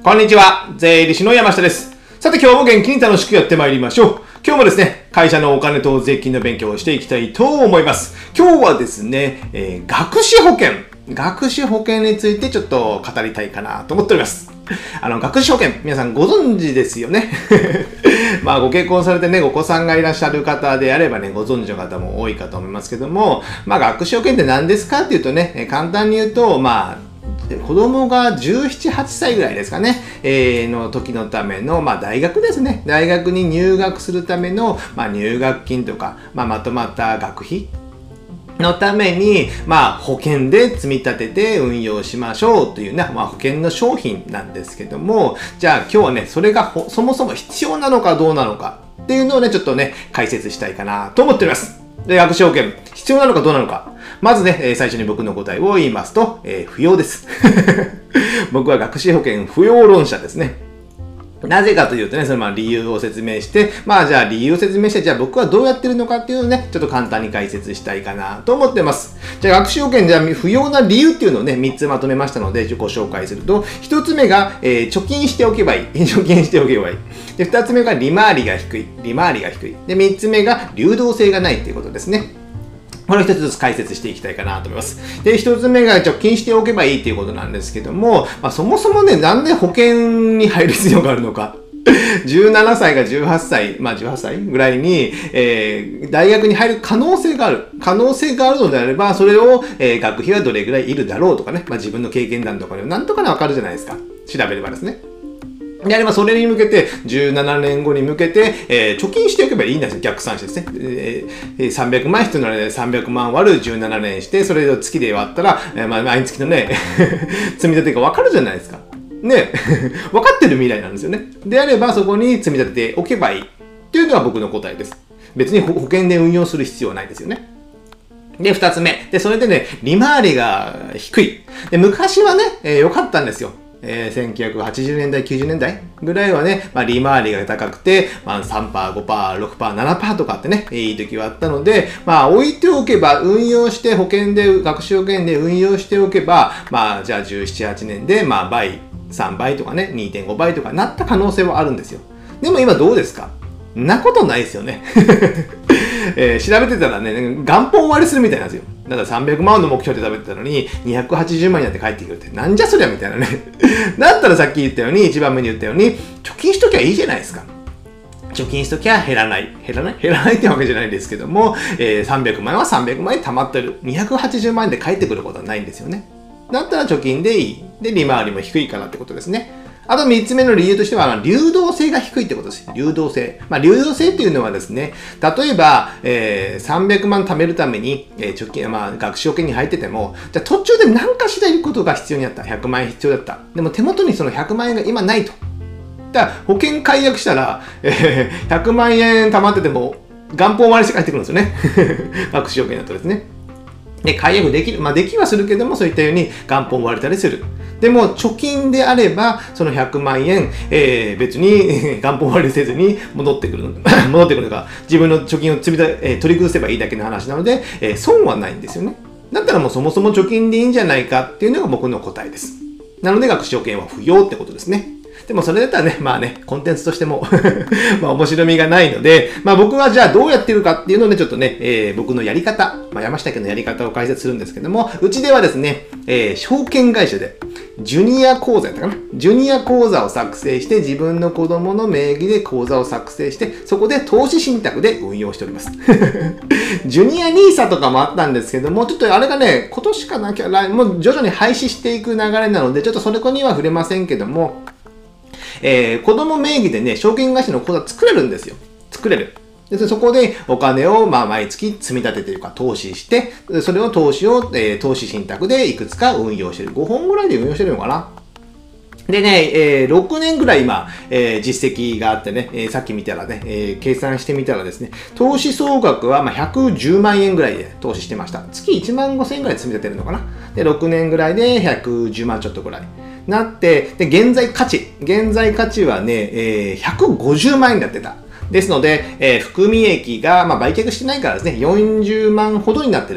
こんにちは。税理士の山下です。さて今日も元気に楽しくやってまいりましょう。今日もですね、会社のお金と税金の勉強をしていきたいと思います。今日はですね、学資保険についてちょっと語りたいかなと思っております。学資保険、皆さんご存知ですよね。まあ、ご結婚されてね、お子さんがいらっしゃる方であればね、ご存知の方も多いかと思いますけども、まあ、学資保険って何ですかっていうとね、簡単に言うと、まあ、子供が17、8歳ぐらいですかね、の時のための、まあ大学ですね。大学に入学するための、まあ入学金とか、まあまとまった学費のために、まあ保険で積み立てて運用しましょうというね、まあ保険の商品なんですけども、じゃあ今日はね、それがそもそも必要なのかどうなのかっていうのをね、ちょっとね、解説したいかなと思っております。で、学資保険、必要なのかどうなのか。まずね、最初に僕の答えを言いますと、不要です。僕は学資保険不要論者ですね。なぜかというとね、その理由を説明して、じゃあ理由を説明して、じゃあ僕はどうやってるのかっていうのをね、ちょっと簡単に解説したいかなと思ってます。じゃあ学資保険じゃあ不要な理由っていうのをね、3つまとめましたので、ご紹介すると、1つ目が、貯金しておけばいい。貯金しておけばいい。で、2つ目が利回りが低い。で、3つ目が流動性がないっていうことですね。これを一つずつ解説していきたいかなと思います。で、一つ目が貯金しておけばいいっていうことなんですけども、そもそもね、なんで保険に入る必要があるのか。17歳が18歳、18歳ぐらいに、大学に入る可能性があるのであれば、それを、学費はどれぐらいいるだろうとかね、自分の経験談とかでなんとかわかるじゃないですか。調べればですね。であれば、それに向けて、17年後に向けて、貯金しておけばいいんですよ。逆算してですね。300万必要なので、300万割る17年して、それを月で割ったら、毎月のね、積み立てがわかるじゃないですか。ね。分かってる未来なんですよね。であれば、そこに積み立てておけばいい。っていうのが僕の答えです。別に保険で運用する必要はないですよね。で、二つ目。で、それでね、利回りが低い。で、昔はね、良かったんですよ。1980年代、90年代ぐらいはね、利回りが高くて、3%、5%、6%、7%とかってね、いい時はあったので、置いておけば、運用して、学資保険で運用しておけば、じゃあ17、8年で、倍、3倍とかね、2.5 倍とかなった可能性はあるんですよ。でも今どうですか？なことないですよね。調べてたらね、元本割れするみたいなんですよ。だから300万の目標で食べてたのに、280万になって帰ってくるって、なんじゃそりゃみたいなね。だったらさっき言ったように、一番目に言ったように、貯金しときゃいいじゃないですか。貯金しときゃ減らないってわけじゃないですけども、300万は300万円貯まってる。280万円で帰ってくることはないんですよね。だったら貯金でいい。で、利回りも低いからってことですね。あと3つ目の理由としては、流動性が低いってことです。流動性。流動性っていうのはですね、例えば、300万貯めるために、貯金、学資保険に入ってても、じゃあ途中で何かしらいることが必要になった。100万円必要だった。でも手元にその100万円が今ないと。だから保険解約したら、100万円貯まってても、元本割れして帰ってくるんですよね。学資保険だとですね。で、解約できる。できはするけども、そういったように元本割れたりする。でも、貯金であれば、その100万円、別に元本割れせずに戻ってくるのか、自分の貯金を取り崩せばいいだけの話なので、損はないんですよね。だったらもうそもそも貯金でいいんじゃないかっていうのが僕の答えです。なので、学資保険は不要ってことですね。でもそれだったらね、コンテンツとしても面白みがないので、僕はじゃあどうやってるかっていうのをね、ちょっとね、僕のやり方、山下家のやり方を解説するんですけども、うちではですね、証券会社で、ジュニア口座やったかな？ジュニア口座を作成して、自分の子供の名義で口座を作成して、そこで投資信託で運用しております。ジュニア NISA とかもあったんですけども、ちょっとあれがね、今年かな、もう徐々に廃止していく流れなので、ちょっとそれには触れませんけども、子供名義でね、証券会社の口座作れるんですよ。作れる。でそこでお金を毎月積み立てというか投資して、それを投資信託でいくつか運用してる。5本ぐらいで運用してるのかな。でね、6年ぐらい今、実績があってね、さっき見たらね、計算してみたらですね、投資総額は110万円ぐらいで投資してました。月1万5千円ぐらい積み立てるのかな。で、6年ぐらいで110万ちょっとぐらい。なって、で、現在価値はね、150万円になってた。ですので、含み益が、売却してないからですね、40万ほどになってる。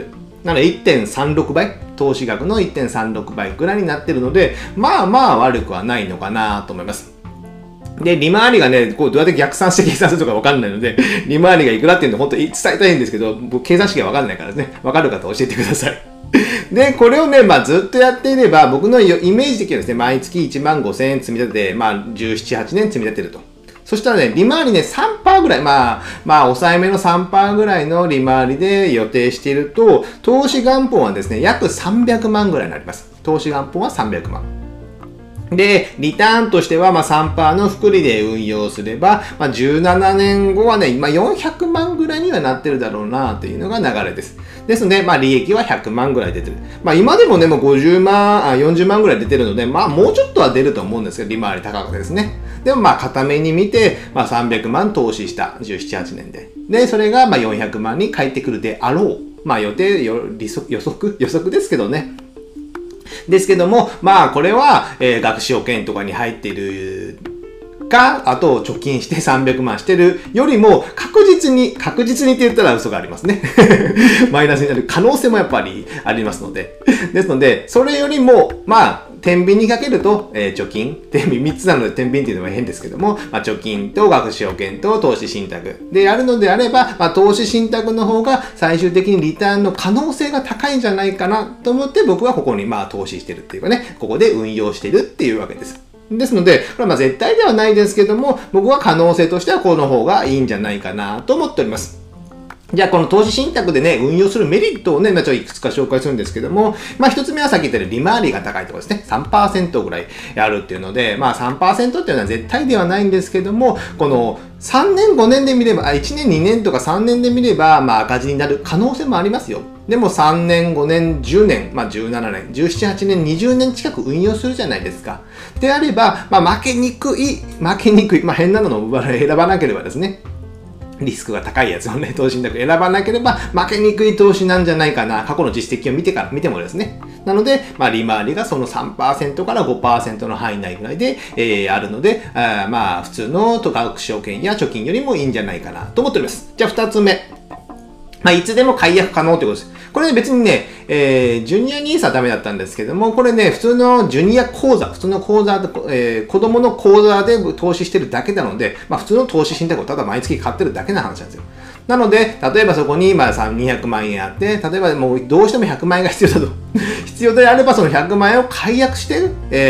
なので1.36倍、投資額の1.36倍ぐらいになってるので、まあまあ悪くはないのかなと思います。で、利回りがね、こうどうやって逆算して計算するとかわかんないので、利回りがいくらっていうのを本当に伝えたいんですけど、僕計算式がわかんないからですね、わかる方教えてください。で、これをね、ずっとやっていれば、僕のイメージ的にはですね、毎月15,000円積み立てて、17、8年積み立てると。そしたらね、利回りね、3% ぐらい、抑えめの 3% ぐらいの利回りで予定していると、投資元本はですね、約300万ぐらいになります。投資元本は300万。で、リターンとしては、3% の複利で運用すれば、17年後はね、今400万ぐらいにはなってるだろうな、というのが流れです。ですので、利益は100万ぐらい出てる。今でもね、もう40万ぐらい出てるので、もうちょっとは出ると思うんですけど、利回り高くてですね。でも固めに見て、300万投資した。17、8年で。で、それが400万に返ってくるであろう。予測ですけどね。ですけども、これは、学資保険とかに入っているか、あと貯金して300万してるよりも確実にって言ったら嘘がありますね。マイナスになる可能性もやっぱりありますので。ですので、それよりも、天秤にかけると、貯金、天秤3つなので天秤っていうのは変ですけども、貯金と学資保険と投資信託であるのであれば、投資信託の方が最終的にリターンの可能性が高いんじゃないかなと思って僕はここに投資してるっていうかね、ここで運用してるっていうわけです。ですので、これは絶対ではないですけども、僕は可能性としてはこの方がいいんじゃないかなと思っております。じゃあ、この投資信託でね、運用するメリットをね、いくつか紹介するんですけども、一つ目はさっき言ったように利回りが高いところですね。3% ぐらいあるっていうので、3% っていうのは絶対ではないんですけども、この3年、5年で見れば、1年、2年とか3年で見れば、赤字になる可能性もありますよ。でも3年、5年、10年、17年、17、8年、20年近く運用するじゃないですか。であれば、負けにくい、変なのを選ばなければですね、リスクが高いやつをね、投資信託選ばなければ負けにくい投資なんじゃないかな。過去の実績を見てもですね。なので、利回りがその 3% から 5% の範囲内ぐらいで、あるので、普通の学資保険や貯金よりもいいんじゃないかなと思っております。じゃあ2つ目。いつでも解約可能ということです。これね、別にね、ジュニアニーサはダメだったんですけども、これね、普通のジュニア口座、子供の口座で投資してるだけなので、普通の投資信託をただ毎月買ってるだけの話なんですよ。なので、例えばそこに、200万円あって、例えばもうどうしても100万円が必要だと。必要であれば、その100万円を解約して、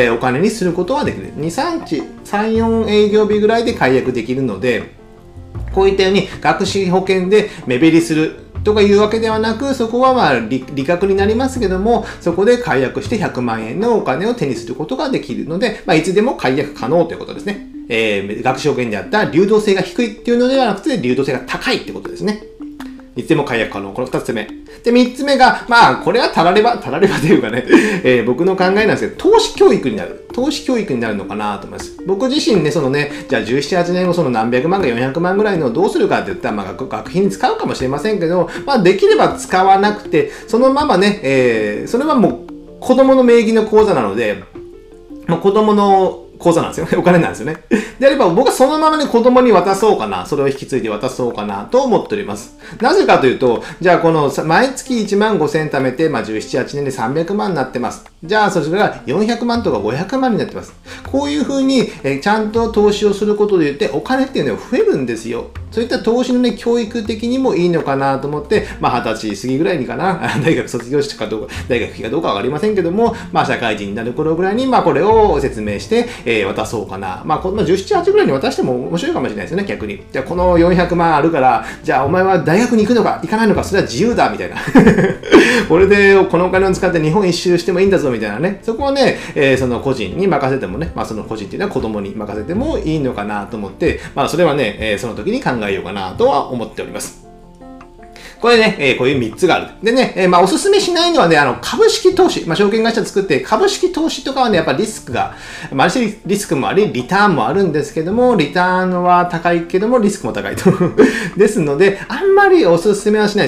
お金にすることはできる。3、4営業日ぐらいで解約できるので、こういったように学資保険で目減りするとかいうわけではなく、そこは利確になりますけども、そこで解約して100万円のお金を手にすることができるので、いつでも解約可能ということですね。学資保険であった流動性が低いっていうのではなくて、流動性が高いってことですね。いつでも解約可能。この2つ目。で、3つ目が、これはたらればというかね、僕の考えなんですけど、投資教育になるのかなと思います。僕自身ね、じゃあ17、8年後その何百万か400万ぐらいのどうするかって言ったら、学費に使うかもしれませんけど、できれば使わなくて、そのままね、それはもう子供の名義の口座なので、もう子供の口座なんですよね。お金なんですよね。であれば僕はそのままに子供に渡そうかな。それを引き継いで渡そうかなと思っております。なぜかというと、じゃあこの毎月15,000円貯めて、17、8年で300万になってます。じゃあそれが400万とか500万になってます。こういうふうに、ちゃんと投資をすることで言ってお金っていうのは増えるんですよ。そういった投資のね、教育的にもいいのかなと思って、20歳過ぎぐらいにかな、大学卒業したかどうか、大学費かどうかわかりませんけども、社会人になる頃ぐらいに、これを説明して、渡そうかな。17、8ぐらいに渡しても面白いかもしれないですよね、逆に。じゃあ、この400万あるから、じゃあ、お前は大学に行くのか、行かないのか、それは自由だ、みたいな。これで、このお金を使って日本一周してもいいんだぞ、みたいなね。そこはね、その個人に任せてもね、その個人っていうのは子供に任せてもいいのかなと思って、それはね、その時に考えようかなとは思っております。これね、こういう3つがある。でね、おすすめしないのはね、株式投資、証券会社作って、株式投資とかはね、やっぱリスクが、リスクもあり、リターンもあるんですけども、リターンは高いけども、リスクも高いと。ですので、あんまりおすすめはしないですね。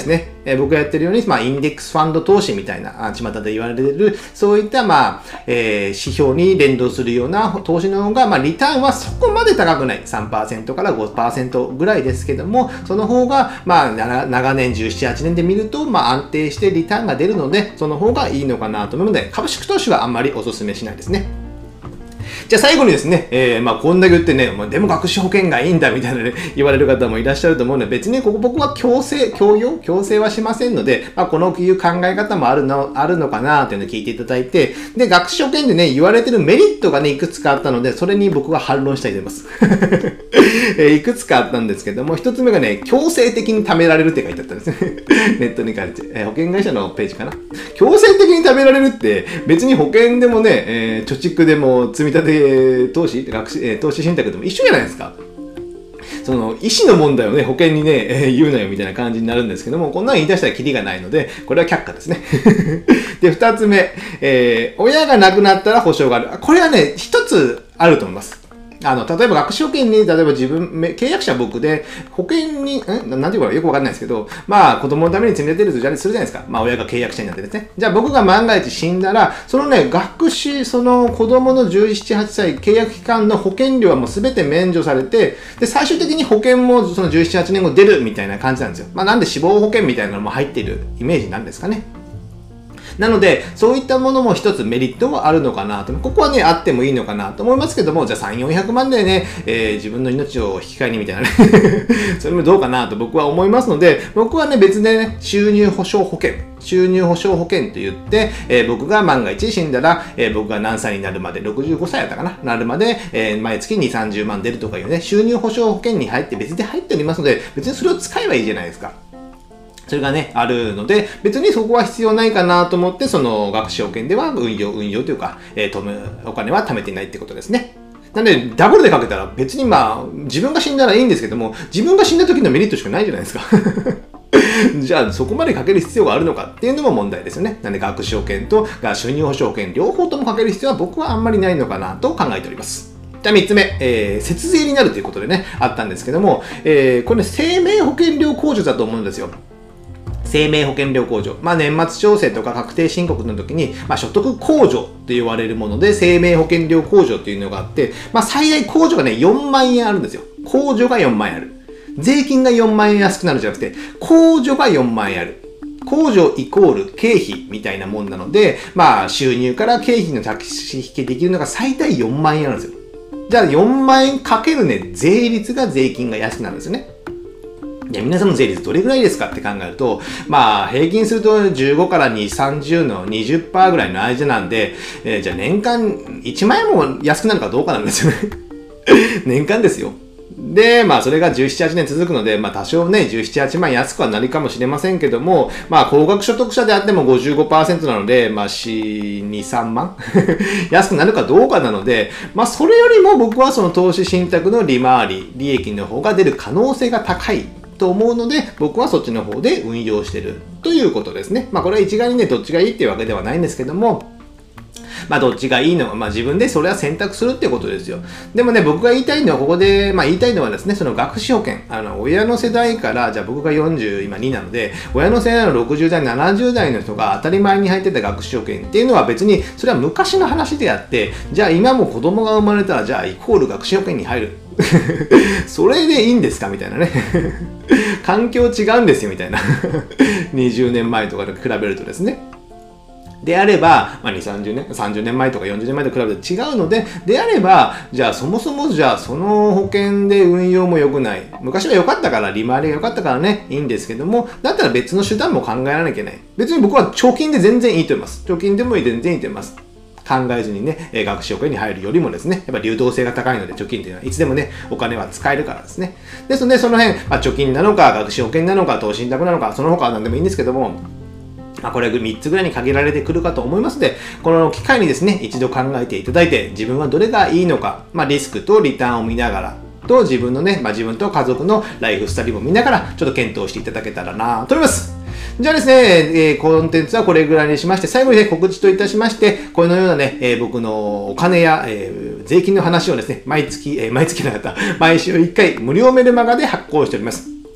僕がやってるように、インデックスファンド投資みたいな、巷で言われる、そういった、指標に連動するような投資の方が、リターンはそこまで高くない。3% から 5% ぐらいですけども、その方が、長年17、8年で見ると、安定してリターンが出るので、その方がいいのかなと思うので、株式投資はあんまりお勧めしないですね。じゃあ最後にですね、こんだけ言ってね、でも学資保険がいいんだみたいなね、言われる方もいらっしゃると思うので、別に僕は強制はしませんので、このいう考え方もあるのかなというのを聞いていただいて、で、学資保険でね、言われてるメリットがね、いくつかあったので、それに僕は反論したいと思います。いくつかあったんですけども、一つ目がね、強制的に貯められるって書いてあったんですね。ネットに書いて、保険会社のページかな。強制的に貯められるって、別に保険でもね、貯蓄でも積み立て投資信託でも一緒じゃないですか。その意思の問題をね、保険にね、言うなよみたいな感じになるんですけども、こんなの言い出したらキリがないので、これは却下ですね。で、二つ目、親が亡くなったら保証がある。これはね、一つあると思います。例えば学資保険に、例えば契約者僕で、保険に、なんていうかよくわかんないですけど、子供のために積み立てるとするじゃないですか。親が契約者になってですね。じゃあ僕が万が一死んだら、そのね、その子供の17、8歳、契約期間の保険料はもうすべて免除されて、で、最終的に保険もその17、8年後出るみたいな感じなんですよ。なんで死亡保険みたいなのも入っているイメージなんですかね。なので、そういったものも一つメリットもあるのかなと。ここはね、あってもいいのかなと思いますけども、じゃあ3、400万でね、自分の命を引き換えにみたいなね。それもどうかなと僕は思いますので、僕はね、別でね、収入保障保険と言って、僕が万が一死んだら、僕が何歳になるまで、65歳やったかな、なるまで、毎月2、30万出るとかいうね、収入保障保険に別で入っておりますので、別にそれを使えばいいじゃないですか。それがね、あるので、別にそこは必要ないかなと思って、その学資保険では運用というか、お金は貯めていないってことですね。なので、ダブルでかけたら別に自分が死んだらいいんですけども、自分が死んだ時のメリットしかないじゃないですか。じゃあ、そこまでかける必要があるのかっていうのも問題ですよね。なので、学資保険と収入保障保険、両方ともかける必要は僕はあんまりないのかなと考えております。じゃあ3つ目、節税になるということでね、あったんですけども、これね、生命保険料控除だと思うんですよ。生命保険料控除。年末調整とか確定申告の時に、所得控除と言われるもので、生命保険料控除っていうのがあって、最大控除がね、4万円あるんですよ。控除が4万円ある。税金が4万円安くなるじゃなくて、控除が4万円ある。控除イコール経費みたいなもんなので、収入から経費の差し引きできるのが最大4万円あるんですよ。じゃあ4万円かけるね、税金が安くなるんですよね。じゃあ皆さんの税率どれぐらいですかって考えると、平均すると15から30の 20% ぐらいの間なんで、じゃあ年間1万円も安くなるかどうかなんですよね。年間ですよ。で、それが17、8年続くので、多少ね、17、8万安くはなるかもしれませんけども、高額所得者であっても 55% なので、4、2、3万安くなるかどうかなので、それよりも僕はその投資信託の利回り、利益の方が出る可能性が高いと思うので、僕はそっちの方で運用してるということですね。これは一概にね、どっちがいいっていうわけではないんですけども、どっちがいいのか、自分でそれは選択するってことですよ。でもね、僕が言いたいのは、ここで、言いたいのはですね、その学資保険、親の世代から、じゃあ僕が40、今2なので、親の世代の60代、70代の人が当たり前に入ってた学資保険っていうのは別に、それは昔の話であって、じゃあ今も子供が生まれたら、じゃあイコール学資保険に入る。それでいいんですかみたいなね。環境違うんですよ、みたいな。20年前とかと比べるとですね。であれば、2、30年前とか40年前と比べると違うので、であれば、じゃあそもそもその保険で運用も良くない。昔は良かったから、利回りが良かったからね、いいんですけども、だったら別の手段も考えられなきゃいけない。別に僕は貯金で全然いいと思います。貯金でも全然いいと思います。考えずにね、学資保険に入るよりもですね、やっぱ流動性が高いので、貯金っていうのはいつでもね、お金は使えるからですね。ですので、その辺、貯金なのか、学資保険なのか、投資信託なのか、その他は何でもいいんですけども、これ3つぐらいに限られてくるかと思いますので、この機会にですね、一度考えていただいて、自分はどれがいいのか、リスクとリターンを見ながら、と自分のね、自分と家族のライフスタイルを見ながら、ちょっと検討していただけたらなと思います。じゃあですね、コンテンツはこれぐらいにしまして、最後にね、告知といたしまして、このようなね、僕のお金や、税金の話をですね、毎週1回無料メルマガで発行しております。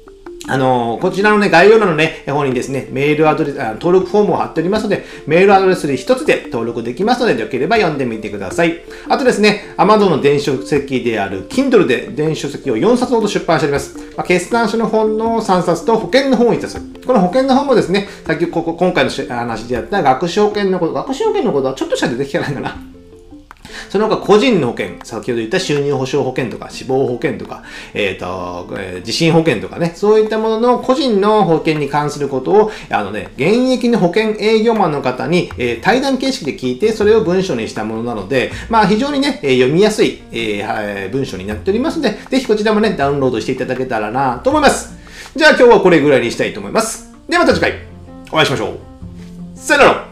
こちらのね、概要欄のね、方にですね、メールアドレス、登録フォームを貼っておりますので、メールアドレスで一つで登録できますので、よければ読んでみてください。あとですね、Amazon の電子書籍である Kindle で電子書籍を4冊ほど出版しております。決算書の本の3冊と保険の本を1冊。この保険の本もですね、今回の話であった学資保険のことはちょっとしか出てきてないかな。その他個人の保険、先ほど言った収入保障保険とか死亡保険とか、地震保険とかね、そういったものの個人の保険に関することを、現役の保険営業マンの方に、対談形式で聞いて、それを文章にしたものなので、非常にね、読みやすい、文章になっておりますので、ぜひこちらもね、ダウンロードしていただけたらなと思います。じゃあ今日はこれぐらいにしたいと思います。ではまた次回、お会いしましょう。さよなら。